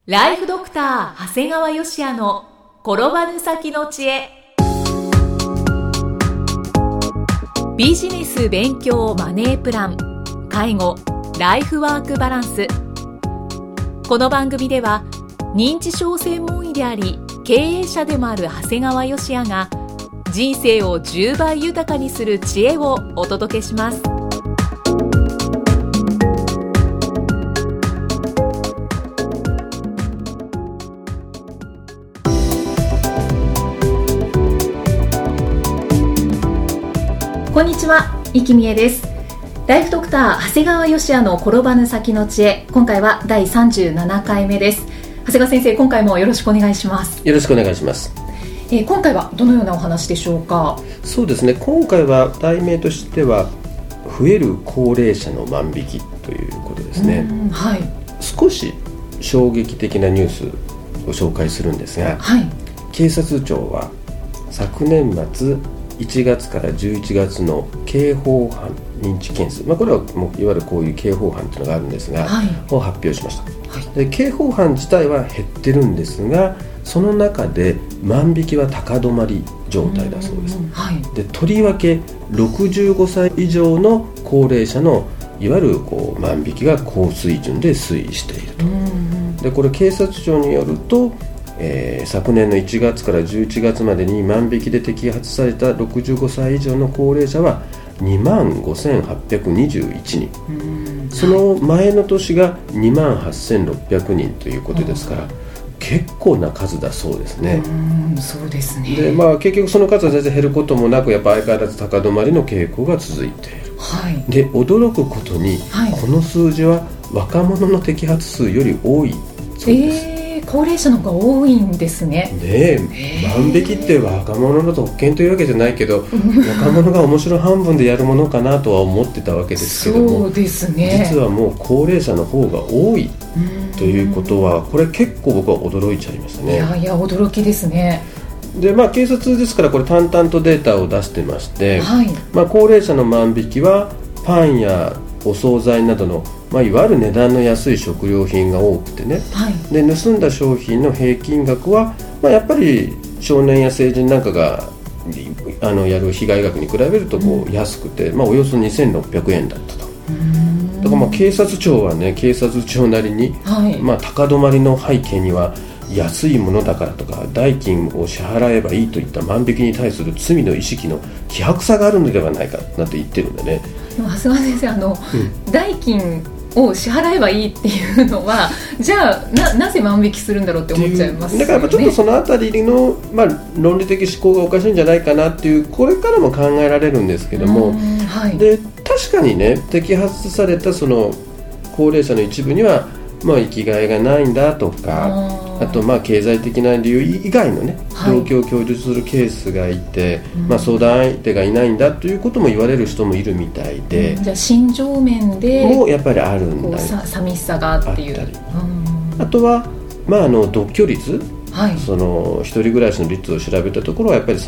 ライフドクター長谷川芳也の転ばぬ先の知恵。ビジネス勉強マネープラン、介護、ライフワークバランス。この番組では認知症専門医であり経営者でもある長谷川芳也が人生を10倍豊かにする知恵をお届けします。こんにちは、生きみえです。ライフドクター長谷川芳也の転ばぬ先の知恵、今回は第37回目です。長谷川先生、今回もよろしくお願いします。 よろしくお願いします。 今回はどのようなお話でしょうか。 そうですね、今回は題名としては増える高齢者の万引きということですね。 はい、 少し衝撃的なニュースを紹介するんですが、 はい、 警察庁は昨年末1月から11月の刑法犯認知件数、これはもういわゆるこういう刑法犯というのがあるんですが、 はい、 を発表しました。 はい、 で刑法犯自体は減ってるんですが、その中で万引きは高止まり状態だそうです。 はい、 でとりわけ65歳以上の高齢者のいわゆる万引きが高水準で推移していると。でこれ警察庁によると、昨年の1月から11月までに万引きで摘発された65歳以上の高齢者は25,821人、その前の年が28,600人ということですから、結構な数だそうですね。 そうですね。 で、結局その数は全然減ることもなく、やっぱ相変わらず高止まりの傾向が続いている。 はい、 で驚くことに、 はい、 この数字は若者の摘発数より多いそうです。 高齢者の方が多いんですね。 万引きって若者の特権というわけじゃないけど若者が面白半分でやるものかなとは思ってたわけですけども、 そうですね、 実はもう高齢者の方が多いということは、これ結構僕は驚いちゃいましたね。 いや驚きですね。 で警察ですからこれ淡々とデータを出してまして、 はい、 高齢者の万引きはパンやお惣菜などのいわゆる値段の安い食料品が多くてね、 はい、で盗んだ商品の平均額は、やっぱり少年や成人なんかがやる被害額に比べると安くて、およそ2600円だったと。だから警察庁はね、警察庁なりに、 はい、 高止まりの背景には安いものだからとか代金を支払えばいいといった万引きに対する罪の意識の希薄さがあるのではないかなんて言ってるんでね。 でも長谷川先生、代金を支払えばいいっていうのはじゃあ なぜ万引きするんだろうって思っちゃいますよね。 だからちょっとそのあたりの、論理的思考がおかしいんじゃないかなっていう、これからも考えられるんですけども、 はい、 で確かにね、摘発されたその高齢者の一部には生きがいがないんだとか、あと経済的な理由以外のね、動機を供述するケースがいて、相談相手がいないんだということも言われる人もいるみたいで、 じゃあ心情面でもやっぱりあるんだ、 寂しさがっていう。 あとは、独居率、 はい、 その一人暮らしの率を調べたところはやっぱり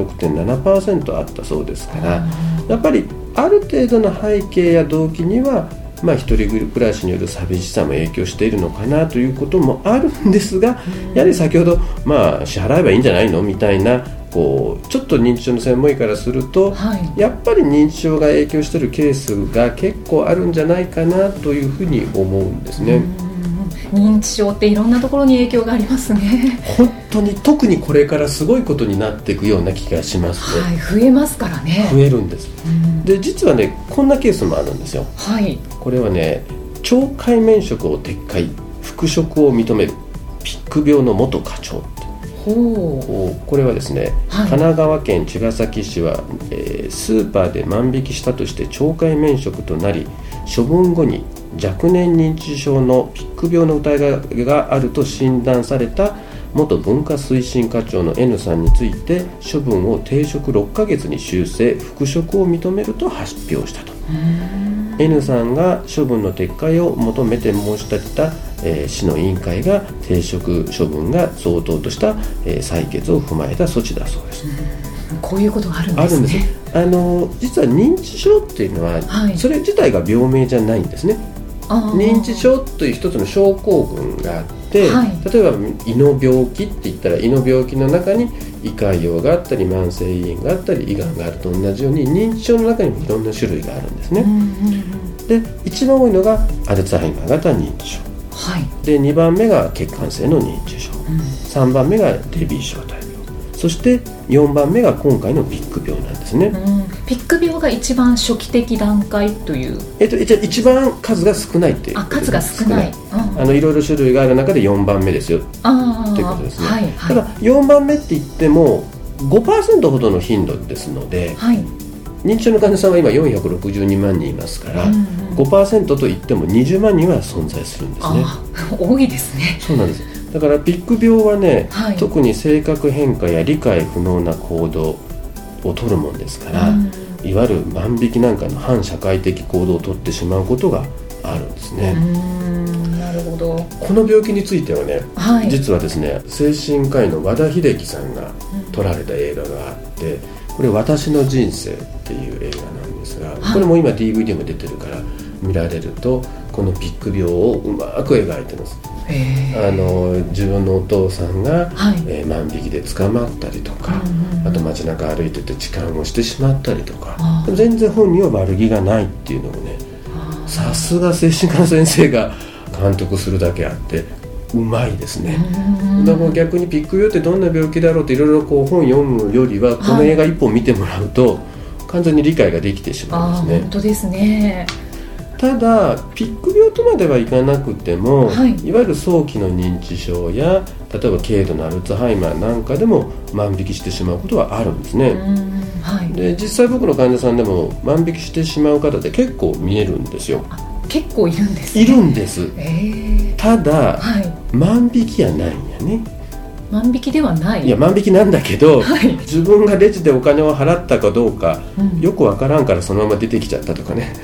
36.7% あったそうですから、やっぱりある程度の背景や動機には一人暮らしによる寂しさも影響しているのかなということもあるんですが、やはり先ほど、支払えばいいんじゃないのみたいなちょっと認知症の専門医からすると、 はい、 やっぱり認知症が影響しているケースが結構あるんじゃないかなというふうに思うんですね。 認知症っていろんなところに影響がありますね。 本当に特にこれからすごいことになっていくような気がしますね。 はい、増えますからね。 増えるんです。で実はね、こんなケースもあるんですよ。 はい、これはね、懲戒免職を撤回、復職を認めるピック病の元課長って。これはですね、はい、神奈川県茅ヶ崎市は、スーパーで万引きしたとして懲戒免職となり、処分後に若年認知症のピック病の疑いがあると診断された元文化推進課長の N さんについて、処分を停職6ヶ月に修正、復職を認めると発表したと。N さんが処分の撤回を求めて申し立てた、市の委員会が停職処分が相当とした、採決を踏まえた措置だそうです。 こういうことがあるんですね。 実は認知症っていうのは、はい、それ自体が病名じゃないんですね。認知症という一つの症候群があって、はい、例えば胃の病気って言ったら胃の病気の中に胃潰瘍があったり慢性胃炎があったり胃がんがあると同じように認知症の中にもいろんな種類があるんですね、で一番多いのがアルツハイマー型認知症、はい、で2番目が血管性の認知症、3番目がレビー小体病、そして4番目が今回のピック病なんですね、 ピック病が一番初期的段階という、 一番数が少ないっていうことです。 数が少ない、 いろいろ種類がある中で4番目ですよっていうことですね、はいはい、ただ4番目って言っても 5% ほどの頻度ですので、はい、認知症の患者さんは今462万人いますから、5% と言っても20万人は存在するんですね。 多いですね。 そうなんです。だからピック病はね、はい、特に性格変化や理解不能な行動を取るもんですから、いわゆる万引きなんかの反社会的行動を取ってしまうことがあるんですね。 なるほど。 この病気についてはね、はい、実はですね精神科医の和田秀樹さんが撮られた映画があって、これ私の人生っていう映画なんですが、これも今 DVD も出てるから見られるとこのピック病をうまく描いてます。自分のお父さんが、はい、万引きで捕まったりとか、あと街中歩いてて痴漢をしてしまったりとか、でも全然本人は悪気がないっていうのをね、さすが精神科の先生が監督するだけあってうまいですね。だから逆にピック病ってどんな病気だろうっていろいろこう本読むよりはこの映画一本見てもらうと完全に理解ができてしまうんですね。 本当ですね。 ただピック病とまではいかなくても、はい、いわゆる早期の認知症や例えば軽度のアルツハイマーなんかでも万引きしてしまうことはあるんですね、はい、で実際僕の患者さんでも万引きしてしまう方って結構見えるんですよ。 結構いるんですね。 いるんです、ただ、はい、万引きやないんやね。 万引きではない。 いや万引きなんだけど、はい、自分がレジでお金を払ったかどうか、よくわからんからそのまま出てきちゃったとかね。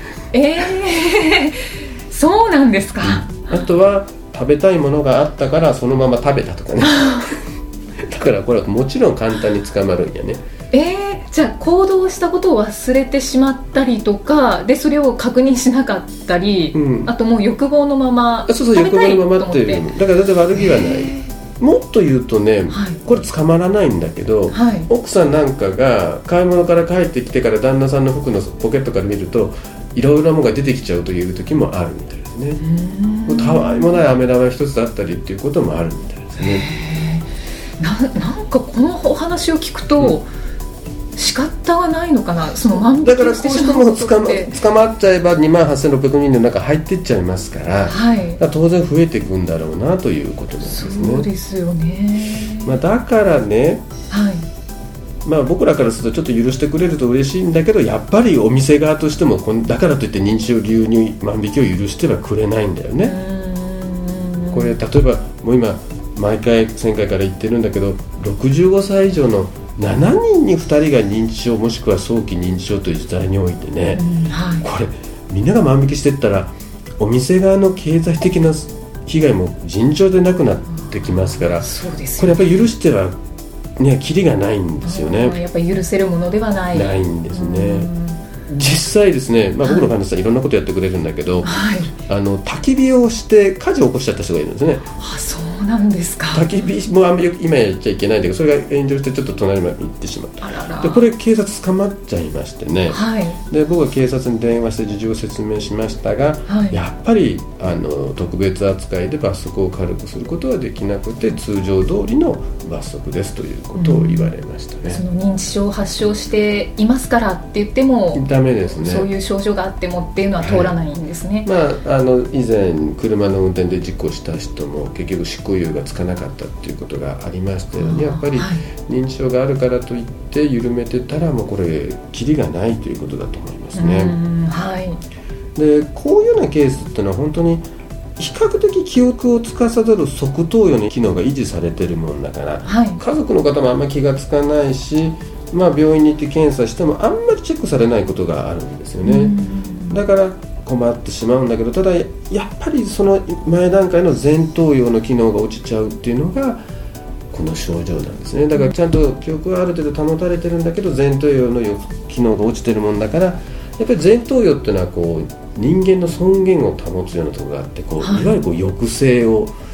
そうなんですか。 あとは食べたいものがあったからそのまま食べたとかねだからこれはもちろん簡単に捕まるんやね。 じゃあ行動したことを忘れてしまったりとかでそれを確認しなかったり、あともう欲望のままそう欲望のままっていう、だから全然悪気はない。もっと言うとね、はい、これ捕まらないんだけど、はい、奥さんなんかが買い物から帰ってきてから旦那さんの服のポケットから見るといろいろなものが出てきちゃうという時もあるみたいですね。たわいもない飴玉一つだったりっていうこともあるみたいですね。 なんかこのお話を聞くと、仕方がないのかな。その万引きをしてしまうことってだからこういう人も捕まっちゃえば28,600人の中入ってっちゃいますから、はい、当然増えていくんだろうなということなんですね。 そうですよね、 だからね、はい、僕らからするとちょっと許してくれると嬉しいんだけど、やっぱりお店側としてもだからといって認知症を理由に万引きを許してはくれないんだよね。これ例えばもう今毎回前回から言ってるんだけど、65歳以上の7人に2人が認知症もしくは早期認知症という時代においてね、はい、これみんなが万引きしていったらお店側の経済的な被害も尋常でなくなってきますから、そうですよね、これやっぱり許してはね、キリがないんですよね。 やっぱり許せるものではないんですね。実際ですね、僕の患者さんいろんなことやってくれるんだけど、はい、焚き火をして火事を起こしちゃった人がいるんですね。 そうなんですか。 焚き火もあんまり今やっちゃいけないんだけど、それが炎上してちょっと隣まで行ってしまった。でこれ警察捕まっちゃいましてね、はい、で僕は警察に電話して事情を説明しましたが、はい、やっぱり特別扱いで罰則を軽くすることはできなくて、通常通りの罰則ですということを言われましたね。 その認知症を発症していますからって言ってもダメですね。 そういう症状があってもっていうのは通らないんですね。 以前車の運転で事故した人も結局執行猶予がつかなかったっていうことがありましたよね。やっぱり認知症があるからといって緩めてたらもうこれキリがないということだと思いますね。はい、でこういうようなケースっていうのは本当に比較的記憶を司る側頭葉の機能が維持されているもんだから、はい、家族の方もあんまり気がつかないし、病院に行って検査してもあんまりチェックされないことがあるんですよね。だから困ってしまうんだけど、ただやっぱりその前段階の前頭葉の機能が落ちちゃうっていうのがこの症状なんですね。だからちゃんと記憶はある程度保たれてるんだけど前頭葉の機能が落ちてるもんだから、やっぱり前頭葉っていうのは人間の尊厳を保つようなところがあって、いわゆる抑制を比較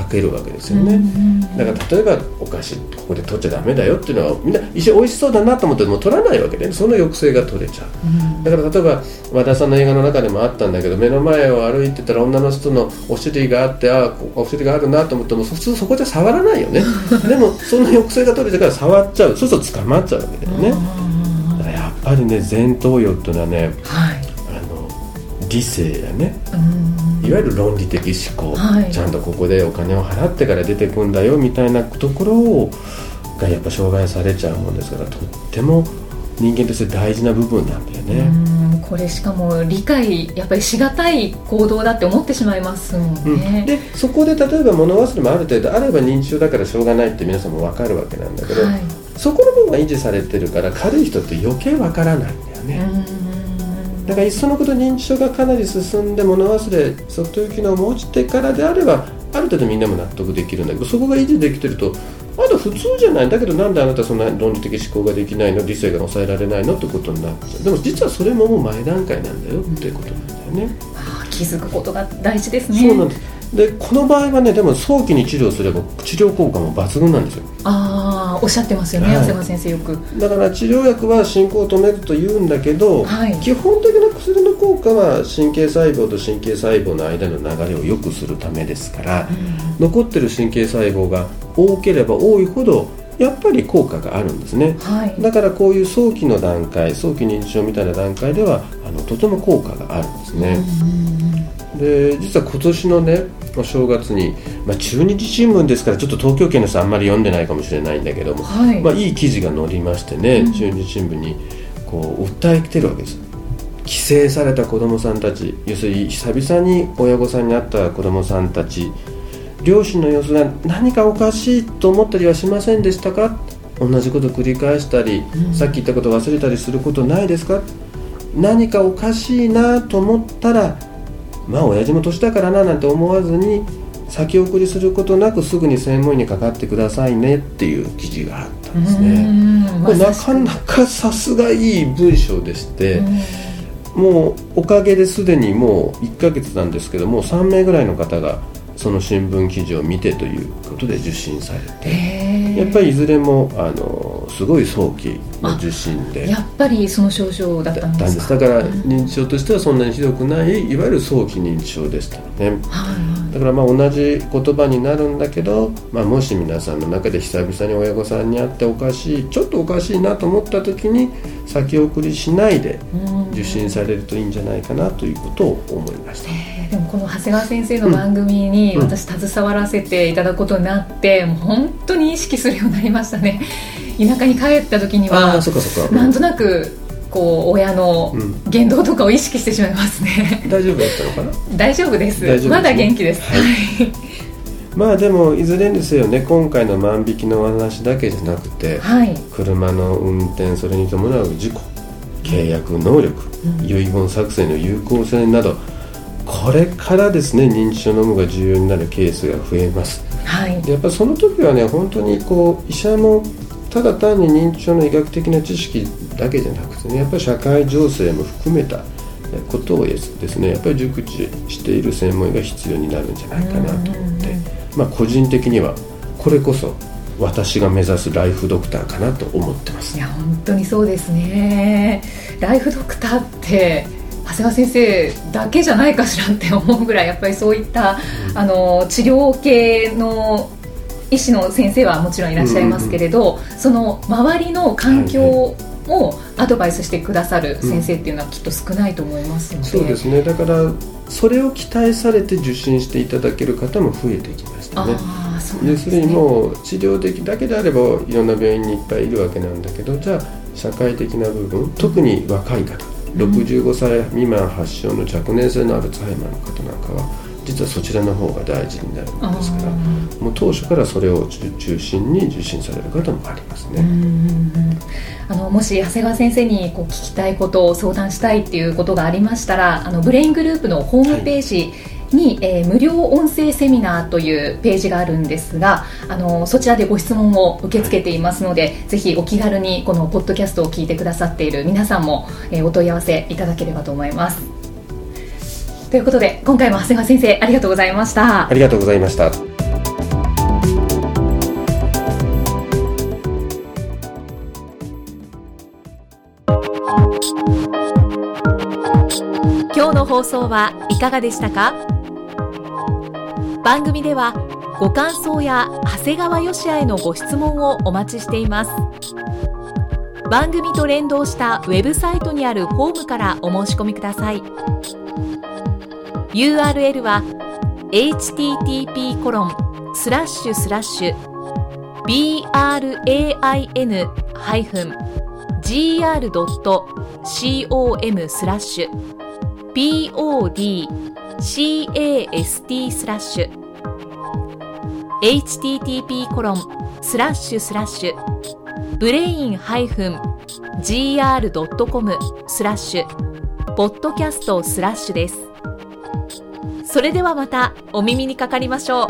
けるわけですよね。だから例えばお菓子ここで取っちゃダメだよっていうのはみんな一緒美味しそうだなと思っても取らないわけで、その抑制が取れちゃう。だから例えば和田さんの映画の中でもあったんだけど、目の前を歩いてたら女の人のお尻があって、お尻があるなと思っても普通そこじゃ触らないよねでもその抑制が取れてから触っちゃう、そうすると捕まっちゃうわけだよね。だからやっぱりね、前頭葉っていうのはね、理性やね、いわゆる論理的思考、ちゃんとここでお金を払ってから出てくんだよみたいなところがやっぱ障害されちゃうもんですから、とっても人間として大事な部分なんだよね。 これしかも理解やっぱりしがたい行動だって思ってしまいますもんね。 でそこで例えば物忘れもある程度あれば認知症だからしょうがないって皆さんも分かるわけなんだけど、そこの部分が維持されてるから軽い人って余計分からないんだよね。だからいっそのこと認知症がかなり進んで物忘れソフトウェア機能も落ちてからであればある程度みんなも納得できるんだけど、そこが維持できてるとまだ普通じゃない、だけどなんであなたそんな論理的思考ができないの、理性が抑えられないのってことになっちゃう。でも実はそれももう前段階なんだよっていうことなんだよね。 気づくことが大事ですね。 そうなんです。でこの場合はね、でも早期に治療すれば治療効果も抜群なんですよ。 おっしゃってますよね、長谷川先生よく。 だから治療薬は進行を止めると言うんだけど、基本的な薬の効果は神経細胞と神経細胞の間の流れを良くするためですから、残ってる神経細胞が多ければ多いほどやっぱり効果があるんですね。だからこういう早期の段階、早期認知症みたいな段階ではとても効果があるんですね。で実は今年のねお正月に、中日新聞ですからちょっと東京圏の人あんまり読んでないかもしれないんだけども、いい記事が載りましてね、中日新聞にこう訴えてるわけです。帰省された子どもさんたち、要するに久々に親御さんに会った子どもさんたち、両親の様子が何かおかしいと思ったりはしませんでしたか、同じこと繰り返したり、さっき言ったこと忘れたりすることないですか、何かおかしいなと思ったら親父も年だからななんて思わずに先送りすることなくすぐに専門医にかかってくださいねっていう記事があったんですね。これなかなかさすがいい文章でして、もうおかげですでにもう1ヶ月なんですけども3名ぐらいの方がその新聞記事を見てということで受診されて、やっぱりいずれもすごい早期の受診で、 やっぱりその症状だったんですか。 だから認知症としてはそんなにひどくないいわゆる早期認知症でしたね。だから同じ言葉になるんだけど、もし皆さんの中で久々に親御さんに会ってちょっとおかしいなと思った時に先送りしないで受診されるといいんじゃないかなということを思いました。 でもこの長谷川先生の番組に私携わらせていただくことになって、もう本当に意識するようになりましたね。田舎に帰った時にはなんとなくこう親の言動とかを意識してしまいますね。 大丈夫だったのかな。 大丈夫です。まだ元気です。 でもいずれにせよね、今回の万引きの話だけじゃなくて、車の運転、それに伴う事故、契約能力、遺言作成の有効性など、これからですね認知症の有無が重要になるケースが増えます。でやっぱりその時はね、本当に医者もただ単に認知症の医学的な知識だけじゃなくてね、やっぱり社会情勢も含めたことをですね、やっぱり熟知している専門医が必要になるんじゃないかなと思って、個人的にはこれこそ私が目指すライフドクターかなと思ってます。 いや本当にそうですね。ライフドクターって長谷川先生だけじゃないかしらって思うぐらい、やっぱりそういった、治療系の医師の先生はもちろんいらっしゃいますけれど、その周りの環境をアドバイスしてくださる先生っていうのはきっと少ないと思いますので、 そうですね。だからそれを期待されて受診していただける方も増えてきましたね。要するにもう治療的だけであればいろんな病院にいっぱいいるわけなんだけど、じゃあ社会的な部分、特に若い方、65歳未満発症の若年性のアルツハイマーの方なんかは実はそちらの方が大事になるものですから、もう当初からそれを中心に受診される方もありますね。 もし長谷川先生に聞きたいことを相談したいっていうことがありましたら、ブレイングループのホームページに、無料音声セミナーというページがあるんですが、そちらでご質問を受け付けていますので、ぜひお気軽にこのポッドキャストを聞いてくださっている皆さんも、お問い合わせいただければと思います。ということで今回も長谷川先生ありがとうございました。 ありがとうございました。 放送はいかがでしたか？番組ではご感想や長谷川芳也へのご質問をお待ちしています。番組と連動したウェブサイトにあるフォームからお申し込みください。URL は http://brain-gr.com/podcast/ です。それではまたお耳にかかりましょう。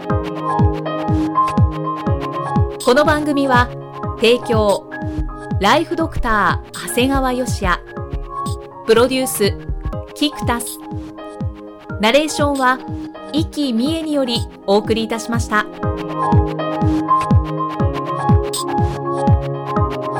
この番組は提供ライフドクター長谷川芳也、プロデュースキクタス、ナレーションは生きみえによりお送りいたしました。